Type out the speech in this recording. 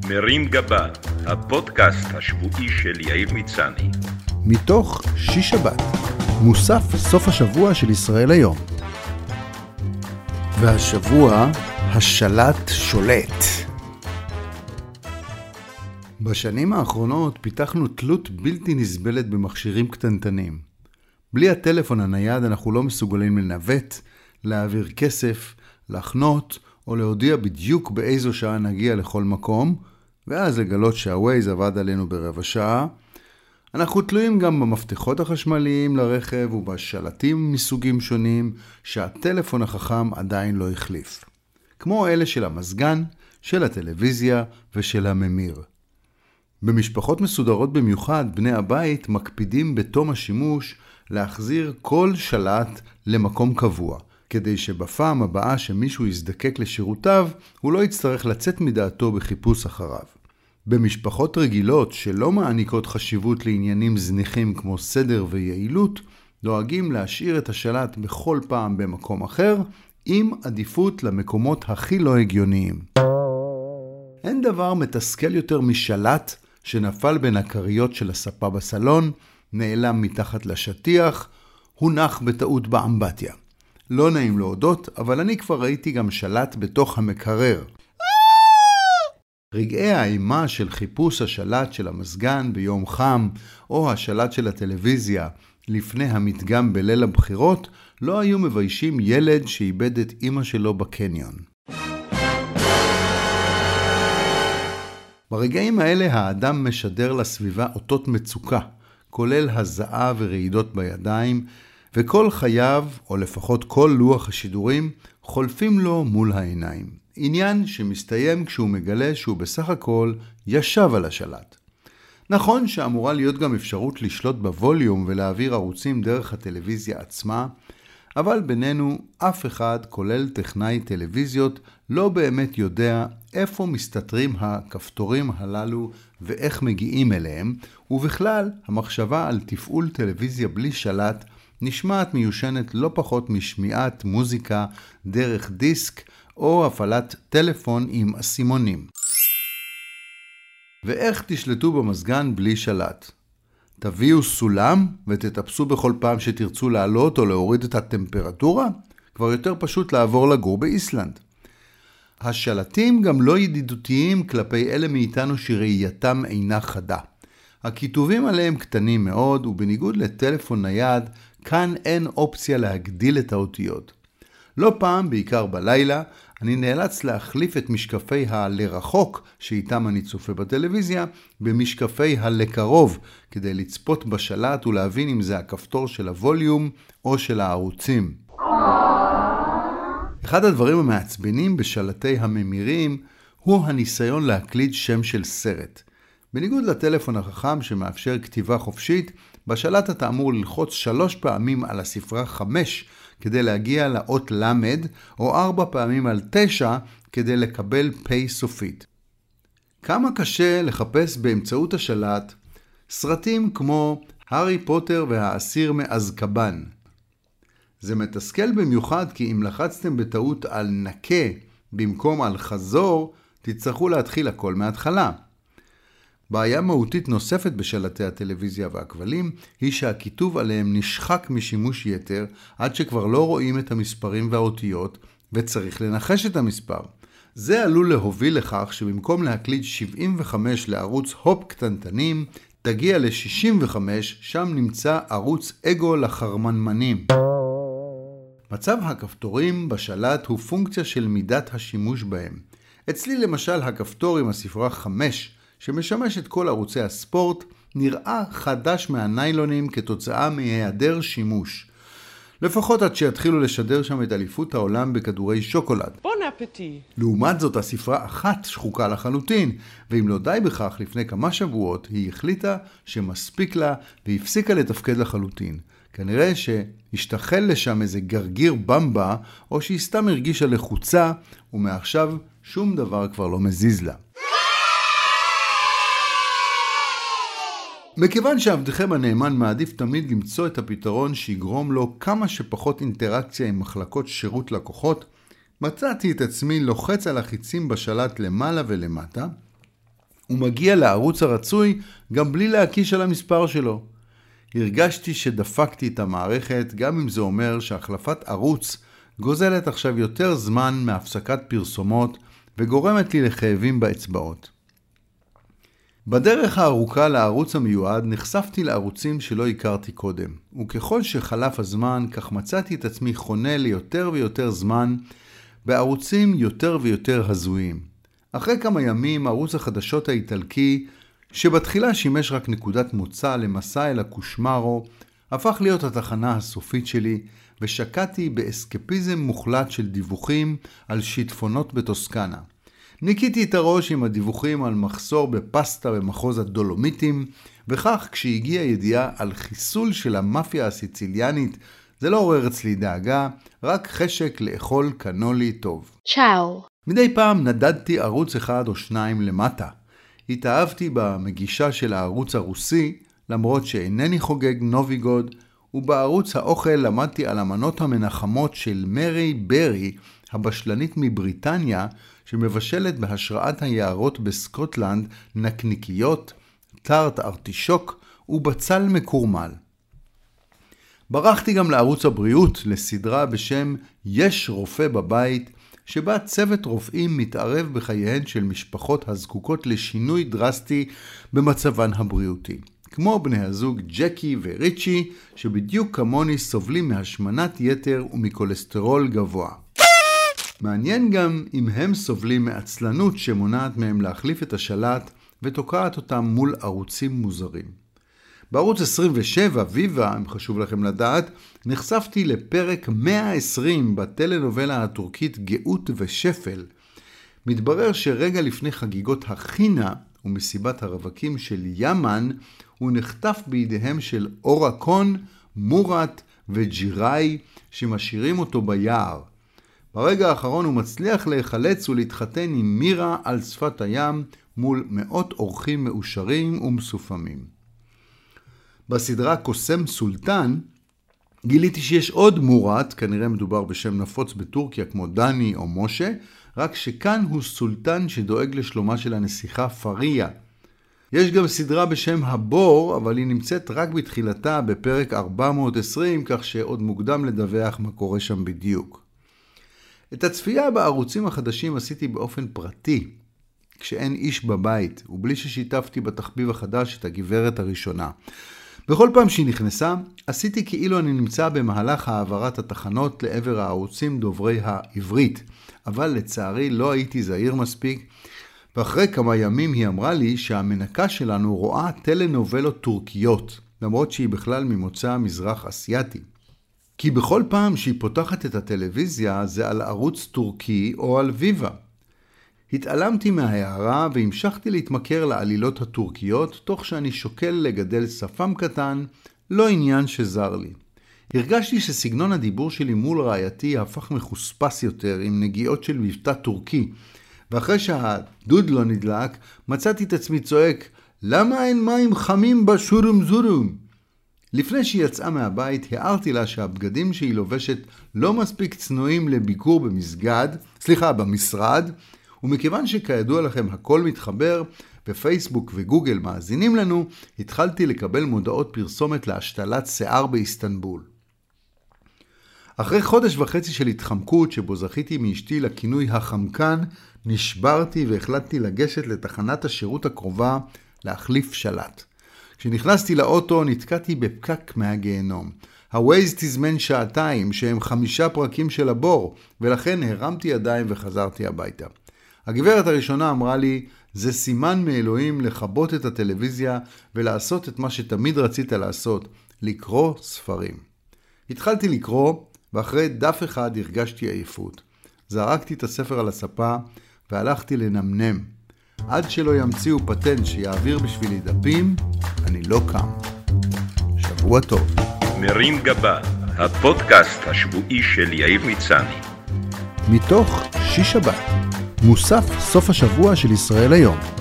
מרים גבה, הפודקאסט השבועי של יאיר מצני. מתוך שיש שבת, מוסף סוף השבוע של ישראל היום. והשבוע, השלט שולט. בשנים האחרונות פיתחנו תלות בלתי נסבלת במכשירים קטנטנים. בלי הטלפון הנייד אנחנו לא מסוגלים לנווט, להעביר כסף, לחנות או להודיע בדיוק באיזו שעה נגיע לכל מקום, ואז לגלות שהווייז עבד עלינו ברבע שעה. אנחנו תלויים גם במפתחות החשמליים לרכב ובשלטים מסוגים שונים שהטלפון החכם עדיין לא החליף. כמו אלה של המזגן, של הטלוויזיה ושל הממיר. במשפחות מסודרות במיוחד, בני הבית מקפידים בתום השימוש להחזיר כל שלט למקום קבוע, כדי שבפעם הבאה שמישהו יזדקק לשירותיו, הוא לא יצטרך לצאת מדעתו בחיפוש אחריו. במשפחות רגילות שלא מעניקות חשיבות לעניינים זניחים כמו סדר ויעילות, דואגים להשאיר את השלט בכל פעם במקום אחר, עם עדיפות למקומות הכי לא הגיוניים. אין דבר מתסכל יותר משלט שנפל בין הכריות של הספה בסלון, נעלם מתחת לשטיח, הונח בטעות באמבטיה. לא נעים להודות, אבל אני כבר ראיתי גם שלט בתוך המקרר. רגעי האימה של חיפוש השלט של המזגן ביום חם, או השלט של הטלוויזיה לפני המדגם בליל הבחירות, לא היו מביישים ילד שאיבד את אמא שלו בקניון. ברגעים האלה האדם משדר לסביבה אותות מצוקה, כולל הזעה ורעידות בידיים, וכל חייו, או לפחות כל לוח השידורים, חולפים לו מול העיניים. עניין שמסתיים כשהוא מגלה שהוא בסך הכל ישב על השלט. נכון שאמורה להיות גם אפשרות לשלוט בווליום ולהעביר ערוצים דרך הטלוויזיה עצמה, אבל בינינו אף אחד, כולל טכנאי טלוויזיות, לא באמת יודע איפה מסתתרים הכפתורים הללו ואיך מגיעים אליהם, ובכלל המחשבה על תפעול טלוויזיה בלי שלט נשמעת מיושנת לא פחות משמיעת מוזיקה דרך דיסק או הפעלת טלפון עם אסימונים. ואיך תשלטו במזגן בלי שלט? תביאו סולם ותטפסו בכל פעם שתרצו לעלות או להוריד את הטמפרטורה? כבר יותר פשוט לעבור לגור באיסלנד. השלטים גם לא ידידותיים כלפי אלה מאיתנו שראייתם אינה חדה. הכיתובים עליהם קטנים מאוד, ובניגוד לטלפון נייד, כאן אין אופציה להגדיל את האותיות. לא פעם, בעיקר בלילה, אני נאלץ להחליף את משקפי הלרחוק שאיתם אני צופה בטלוויזיה, במשקפי הלקרוב, כדי לצפות בשלט ולהבין אם זה הכפתור של הווליום או של הערוצים. אחד הדברים המעצבנים בשלטי הממירים הוא הניסיון להקליד שם של סרט. בניגוד לטלפון החכם שמאפשר כתיבה חופשית, בשלט אתה אמור ללחוץ 3 פעמים על הספרה 5 כדי להגיע לאות למד, או 4 פעמים על 9 כדי לקבל פי סופית. כמה קשה לחפש באמצעות השלט סרטים כמו הארי פוטר והאסיר מאזקבאן. זה מתסכל במיוחד כי אם לחצתם בטעות על נקה במקום על חזור, תצטרכו להתחיל הכל מההתחלה. בעיה מהותית נוספת בשלטי הטלוויזיה והכבלים היא שהכיתוב עליהם נשחק משימוש יתר עד שכבר לא רואים את המספרים והאותיות וצריך לנחש את המספר. זה עלול להוביל לכך שבמקום להקליד 75 לערוץ הופ קטנטנים, תגיע ל-65, שם נמצא ערוץ אגו לחרמנמנים. מצב הכפתורים בשלט הוא פונקציה של מידת השימוש בהם. אצלי למשל הכפתור עם הספרה 5, שמשמש את כל ערוצי הספורט, נראה חדש מהניילונים כתוצאה מהיעדר שימוש. לפחות עד שיתחילו לשדר שם את אליפות העולם בכדורי שוקולד. בון אפטי. לעומת זאת הספרה 1 שחוקה לחלוטין, ואם לא די בכך, לפני כמה שבועות היא החליטה שמספיק לה והפסיקה לתפקד לחלוטין. כנראה שהשתחל לשם איזה גרגיר במבה, או שהיא סתם הרגישה לחוצה, ומעכשיו שום דבר כבר לא מזיז לה. מכיוון שעבדכם הנאמן מעדיף תמיד למצוא את הפתרון שיגרום לו כמה שפחות אינטראקציה עם מחלקות שירות לקוחות, מצאתי את עצמי לוחץ על החיצים בשלט למעלה ולמטה, הוא מגיע לערוץ הרצוי גם בלי להקיש על המספר שלו. הרגשתי שדפקתי את המערכת, גם אם זה אומר שהחלפת ערוץ גוזלת עכשיו יותר זמן מהפסקת פרסומות וגורמת לי לכאבים באצבעות. בדרך הארוכה לערוץ המיועד נחשפתי לערוצים שלא הכרתי קודם, וככל שחלף הזמן כך מצאתי את עצמי חונה ליותר ויותר זמן בערוצים יותר ויותר הזויים. אחרי כמה ימים ערוץ החדשות האיטלקי, שבתחילה שימש רק נקודת מוצא למסע אל הקושמרו, הפך להיות התחנה הסופית שלי, ושקעתי באסקפיזם מוחלט של דיווחים על שיטפונות בטוסקנה. ניקיתי את הראש עם הדיווחים על מחסור בפסטה במחוז הדולומיטים, וכך כשהגיעה ידיעה על חיסול של המאפיה הסיציליאנית, זה לא עורר אצלי דאגה, רק חשק לאכול קנולי טוב. צ'או. מדי פעם נדדתי ערוץ אחד או שניים למטה. התאהבתי במגישה של הערוץ הרוסי, למרות שאינני חוגג נוביגוד, ובערוץ האוכל למדתי על המנות המנחמות של מרי ברי, הבשלנית מבריטניה, שמבשלת בהשראת היערות בסקוטלנד נקניקיות, טארט ארטישוק ובצל מקורמל. ברחתי גם לערוץ הבריאות לסדרה בשם יש רופא בבית, שבה צוות רופאים מתערב בחייהן של משפחות הזקוקות לשינוי דרסטי במצבן הבריאותי. כמו בני הזוג ג'קי וריצ'י, שבדיוק כמוני סובלים מהשמנת יתר ומקולסטרול גבוה. מעניין גם אם הם סובלים מעצלנות שמונעת מהם להחליף את השלט ותוקעת אותם מול ערוצים מוזרים. בערוץ 27, ויבה, אם חשוב לכם לדעת, נחשפתי לפרק 120 בטלנובלה הטורקית גאות ושפל. מתברר שרגע לפני חגיגות החינה ומסיבת הרווקים של ימן, הוא נחטף בידיהם של אורקון, מורת וג'יראי שמשאירים אותו ביער. ברגע האחרון הוא מצליח להיחלץ ולהתחתן עם מירה על שפת הים מול מאות אורחים מאושרים ומסופמים. בסדרה קוסם סולטן גיליתי שיש עוד מורת, כנראה מדובר בשם נפוץ בטורקיה כמו דני או משה, רק שכאן הוא סולטן שדואג לשלומה של הנסיכה פריה. יש גם סדרה בשם הבור, אבל היא נמצאת רק בתחילתה בפרק 420, כך שעוד מוקדם לדווח מה קורה שם בדיוק. את הצפייה בערוצים החדשים עשיתי באופן פרטי, כשאין איש בבית, ובלי ששיתפתי בתחביב החדש את הגברת הראשונה. בכל פעם שהיא נכנסה, עשיתי כאילו אני נמצא במהלך העברת התחנות לעבר הערוצים דוברי העברית, אבל לצערי לא הייתי זהיר מספיק, ואחרי כמה ימים היא אמרה לי שהמנקה שלנו רואה טלנובלות טורקיות, למרות שהיא בכלל ממוצא מזרח אסיאטי. כי בכל פעם שהיא פותחת את הטלוויזיה זה על ערוץ טורקי או על ויבה. התעלמתי מההערה והמשכתי להתמכר לעלילות הטורקיות, תוך שאני שוקל לגדל שפם קטן, לא עניין שזר לי. הרגשתי שסגנון הדיבור שלי מול רעייתי הפך מחוספס יותר עם נגיעות של מבטא טורקי, ואחרי שהדוד לא נדלק, מצאתי את עצמי צועק, למה אין מים חמים בשורום זורום? לפני שהיא יצאה מהבית, הערתי לה שהבגדים שהיא לובשת לא מספיק צנועים לביקור במשרד, ומכיוון שכידוע לכם הכל מתחבר, בפייסבוק וגוגל מאזינים לנו, התחלתי לקבל מודעות פרסומת להשתלת שיער באיסטנבול. אחרי חודש וחצי של התחמקות שבו זכיתי מאשתי לכינוי החמקן, נשברתי והחלטתי לגשת לתחנת השירות הקרובה להחליף שלט. כשנכנסתי לאוטו נתקעתי בפקק מהגיהנום. הווייז תזמן שעתיים שהם 5 פרקים של הבור, ולכן הרמתי ידיים וחזרתי הביתה. הגברת הראשונה אמרה לי, זה סימן מאלוהים לכבות את הטלוויזיה ולעשות את מה שתמיד רצית לעשות, לקרוא ספרים. התחלתי לקרוא, ואחרי דף אחד הרגשתי עייפות. זרקתי את הספר על הספה והלכתי לנמנם. עד שלא ימציאו פטנט שיעביר בשבילי דפים, אני לא קם. שבוע טוב. מרים גבה, הפודקאסט השבועי של יאיר מצני. מתוך שיש שבת, מוסף סוף השבוע של ישראל היום.